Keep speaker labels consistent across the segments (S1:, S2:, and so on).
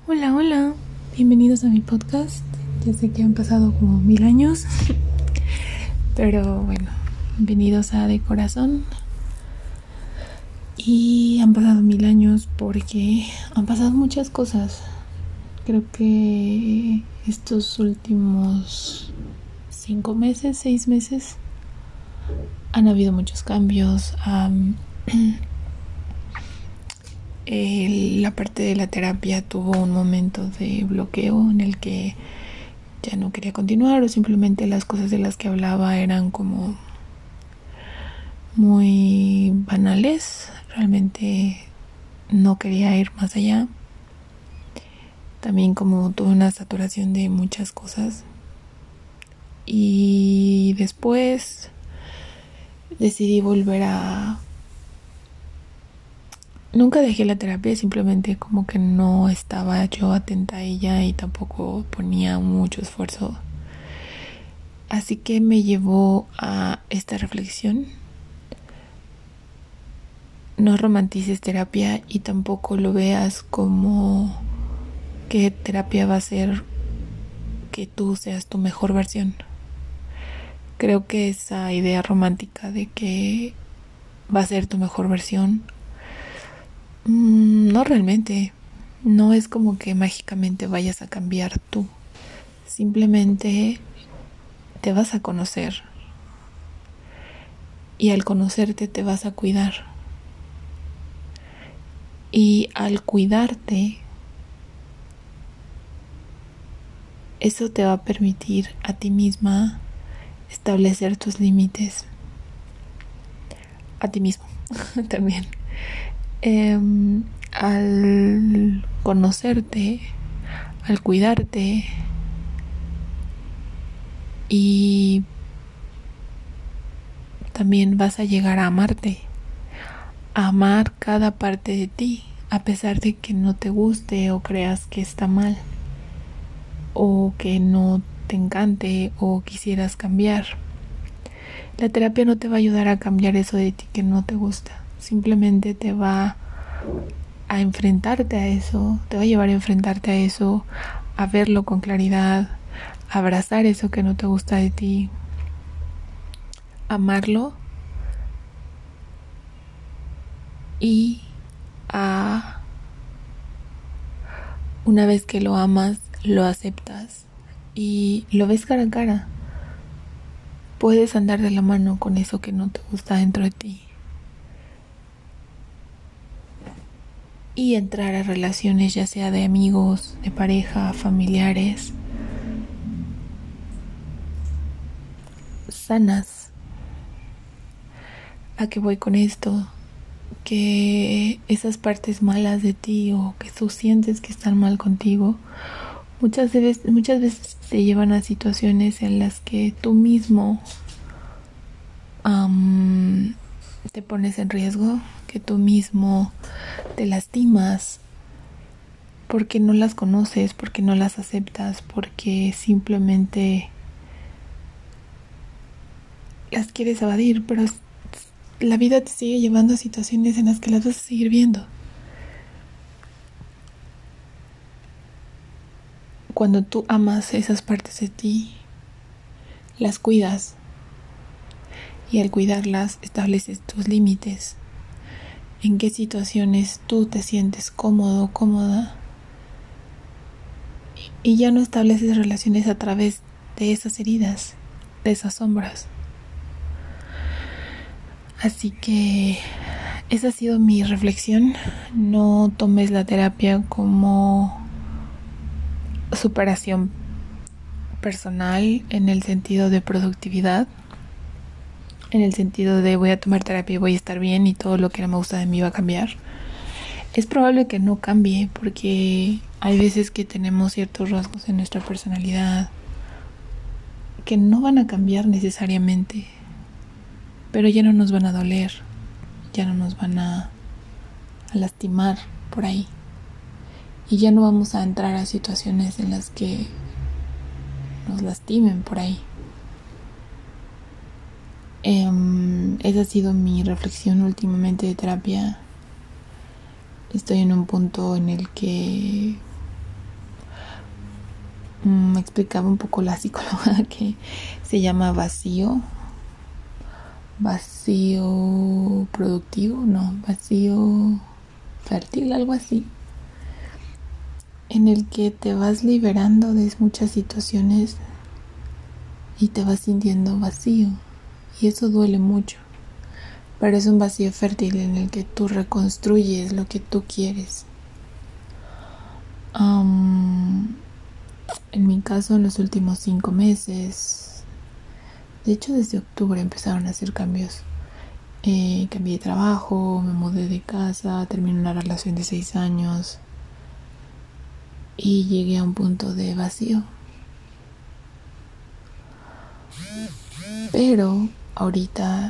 S1: Hola, hola, bienvenidos a mi podcast. Ya sé que han pasado como 1000 años, pero bueno, bienvenidos a De Corazón. Y han pasado 1000 años porque han pasado muchas cosas. Creo que estos últimos 5 meses, 6 meses, han habido muchos cambios. La parte de la terapia tuvo un momento de bloqueo en el que ya no quería continuar, o simplemente las cosas de las que hablaba eran como muy banales. Realmente no quería ir más allá. También como tuve una saturación de muchas cosas. Y después decidí volver a... Nunca dejé la terapia, simplemente como que no estaba yo atenta a ella y tampoco ponía mucho esfuerzo. Así que me llevó a esta reflexión. No romantices terapia y tampoco lo veas como que terapia va a ser que tú seas tu mejor versión. Creo que esa idea romántica de que va a ser tu mejor versión, no realmente. No es como que mágicamente vayas a cambiar tú. Simplemente te vas a conocer. Y al conocerte te vas a cuidar. Y al cuidarte, eso te va a permitir a ti misma establecer tus límites. A ti mismo también. Al conocerte, al cuidarte y también vas a llegar a amarte, a amar cada parte de ti, a pesar de que no te guste o creas que está mal o que no te encante o quisieras cambiar. La terapia no te va a ayudar a cambiar eso de ti que no te gusta. Simplemente te va a enfrentarte a eso, te va a llevar a enfrentarte a eso, a verlo con claridad, a abrazar eso que no te gusta de ti, amarlo y una vez que lo amas, lo aceptas y lo ves cara a cara. Puedes andar de la mano con eso que no te gusta dentro de ti y entrar a relaciones, ya sea de amigos, de pareja, familiares, sanas. ¿A qué voy con esto? Que esas partes malas de ti o que tú sientes que están mal contigo muchas veces te llevan a situaciones en las que tú mismo te pones en riesgo, que tú mismo te lastimas porque no las conoces, porque no las aceptas, porque simplemente las quieres evadir, pero la vida te sigue llevando a situaciones en las que las vas a seguir viendo. Cuando tú amas esas partes de ti, las cuidas, y al cuidarlas estableces tus límites, en qué situaciones tú te sientes cómodo, cómoda, y ya no estableces relaciones a través de esas heridas, de esas sombras. Así que esa ha sido mi reflexión. No tomes la terapia como superación personal en el sentido de productividad, en el sentido de voy a tomar terapia y voy a estar bien y todo lo que no me gusta de mí va a cambiar. Es probable que no cambie porque hay veces que tenemos ciertos rasgos en nuestra personalidad que no van a cambiar necesariamente, pero ya no nos van a doler, ya no nos van a lastimar por ahí, y ya no vamos a entrar a situaciones en las que nos lastimen por ahí. Esa ha sido mi reflexión últimamente de terapia. Estoy en un punto en el que me explicaba un poco la psicóloga que se llama vacío productivo, no, vacío fértil, algo así, en el que te vas liberando de muchas situaciones y te vas sintiendo vacío, y eso duele mucho, pero es un vacío fértil en el que tú reconstruyes lo que tú quieres. En mi caso, en los últimos 5 meses, de hecho desde octubre empezaron a hacer cambios. Cambié de trabajo, me mudé de casa, terminé una relación de 6 años y llegué a un punto de vacío. Pero ahorita,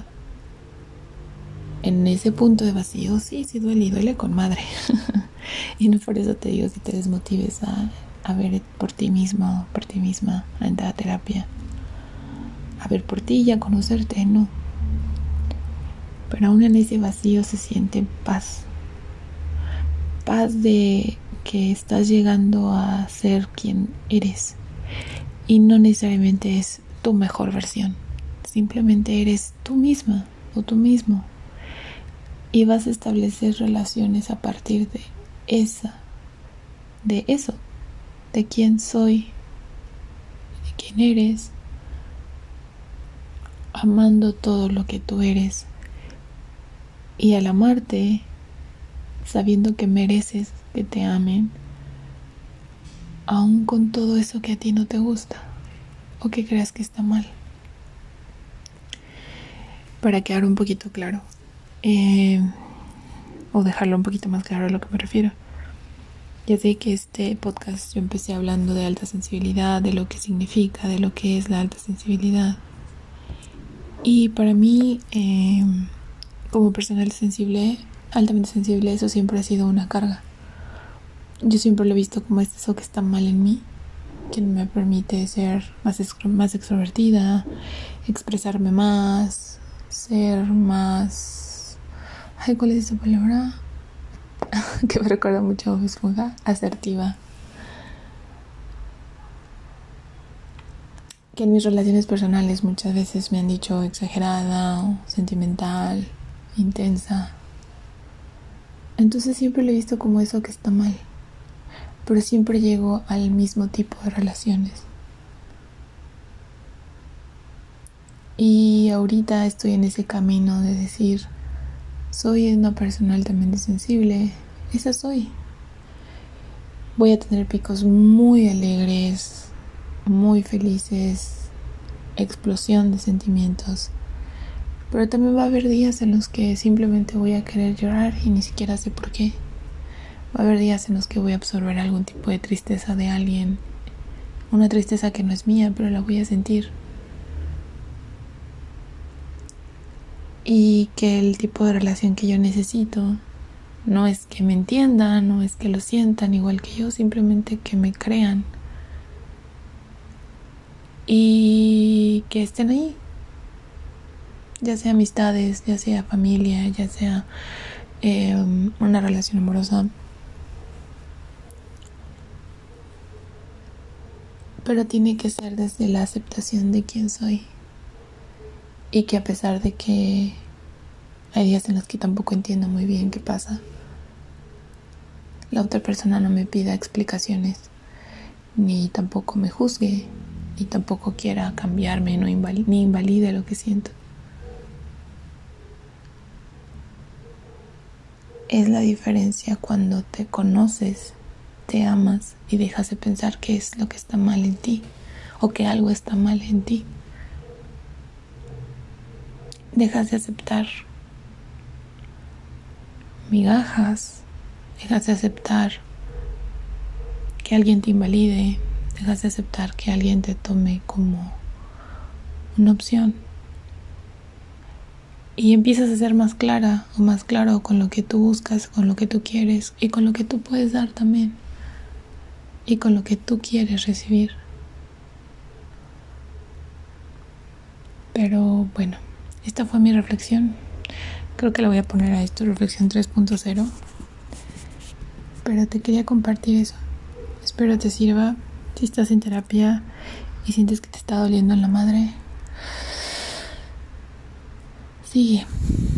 S1: en ese punto de vacío, sí duele, y duele con madre. Y no por eso te digo que te desmotives a ver por ti mismo, por ti misma, a entrar a terapia, a ver por ti y a conocerte, no. Pero aún en ese vacío se siente paz. Paz de que estás llegando a ser quien eres. Y no necesariamente es tu mejor versión. Simplemente eres tú misma o tú mismo. Y vas a establecer relaciones a partir de eso, de quién soy, de quién eres, amando todo lo que tú eres. Y al amarte, sabiendo que mereces que te amen, aún con todo eso que a ti no te gusta o que creas que está mal. Para quedar un poquito claro, o dejarlo un poquito más claro a lo que me refiero. Ya sé que este podcast yo empecé hablando de alta sensibilidad, de lo que significa, de lo que es la alta sensibilidad. Y para mí, como persona altamente sensible, eso siempre ha sido una carga. Yo siempre lo he visto como eso que está mal en mí, que no me permite ser más extrovertida, expresarme más, ser más... ¿cuál es esa palabra? Que me recuerda mucho a Bob Esponja, asertiva. Que en mis relaciones personales muchas veces me han dicho exagerada, sentimental, intensa. Entonces siempre lo he visto como eso que está mal, pero siempre llego al mismo tipo de relaciones. Y ahorita estoy en ese camino de decir, soy una persona altamente sensible, esa soy. Voy a tener picos muy alegres, muy felices, explosión de sentimientos. Pero también va a haber días en los que simplemente voy a querer llorar y ni siquiera sé por qué. Va a haber días en los que voy a absorber algún tipo de tristeza de alguien. Una tristeza que no es mía, pero la voy a sentir. Y que el tipo de relación que yo necesito no es que me entiendan, no es que lo sientan igual que yo, simplemente que me crean. Y que estén ahí. Ya sea amistades, ya sea familia, ya sea una relación amorosa. Pero tiene que ser desde la aceptación de quién soy. Y que a pesar de que hay días en los que tampoco entiendo muy bien qué pasa, la otra persona no me pida explicaciones, ni tampoco me juzgue, ni tampoco quiera cambiarme, ni invalide lo que siento. Es la diferencia cuando te conoces, te amas y dejas de pensar qué es lo que está mal en ti o que algo está mal en ti. Dejas de aceptar migajas, dejas de aceptar que alguien te invalide, dejas de aceptar que alguien te tome como una opción. Y empiezas a ser más clara o más claro con lo que tú buscas, con lo que tú quieres y con lo que tú puedes dar también. Y con lo que tú quieres recibir. Pero bueno, esta fue mi reflexión. Creo que le voy a poner a esto reflexión 3.0. Pero te quería compartir eso. Espero te sirva. Si estás en terapia y sientes que te está doliendo en la madre, sigue.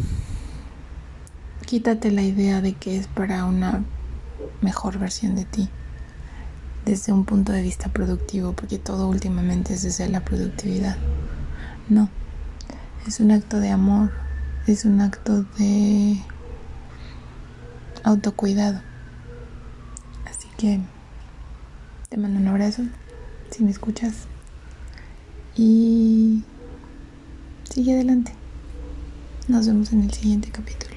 S1: Quítate la idea de que es para una mejor versión de ti, desde un punto de vista productivo, porque todo últimamente es desde la productividad. No, es un acto de amor, es un acto de autocuidado. Así que te mando un abrazo, si me escuchas, y sigue adelante. Nos vemos en el siguiente capítulo.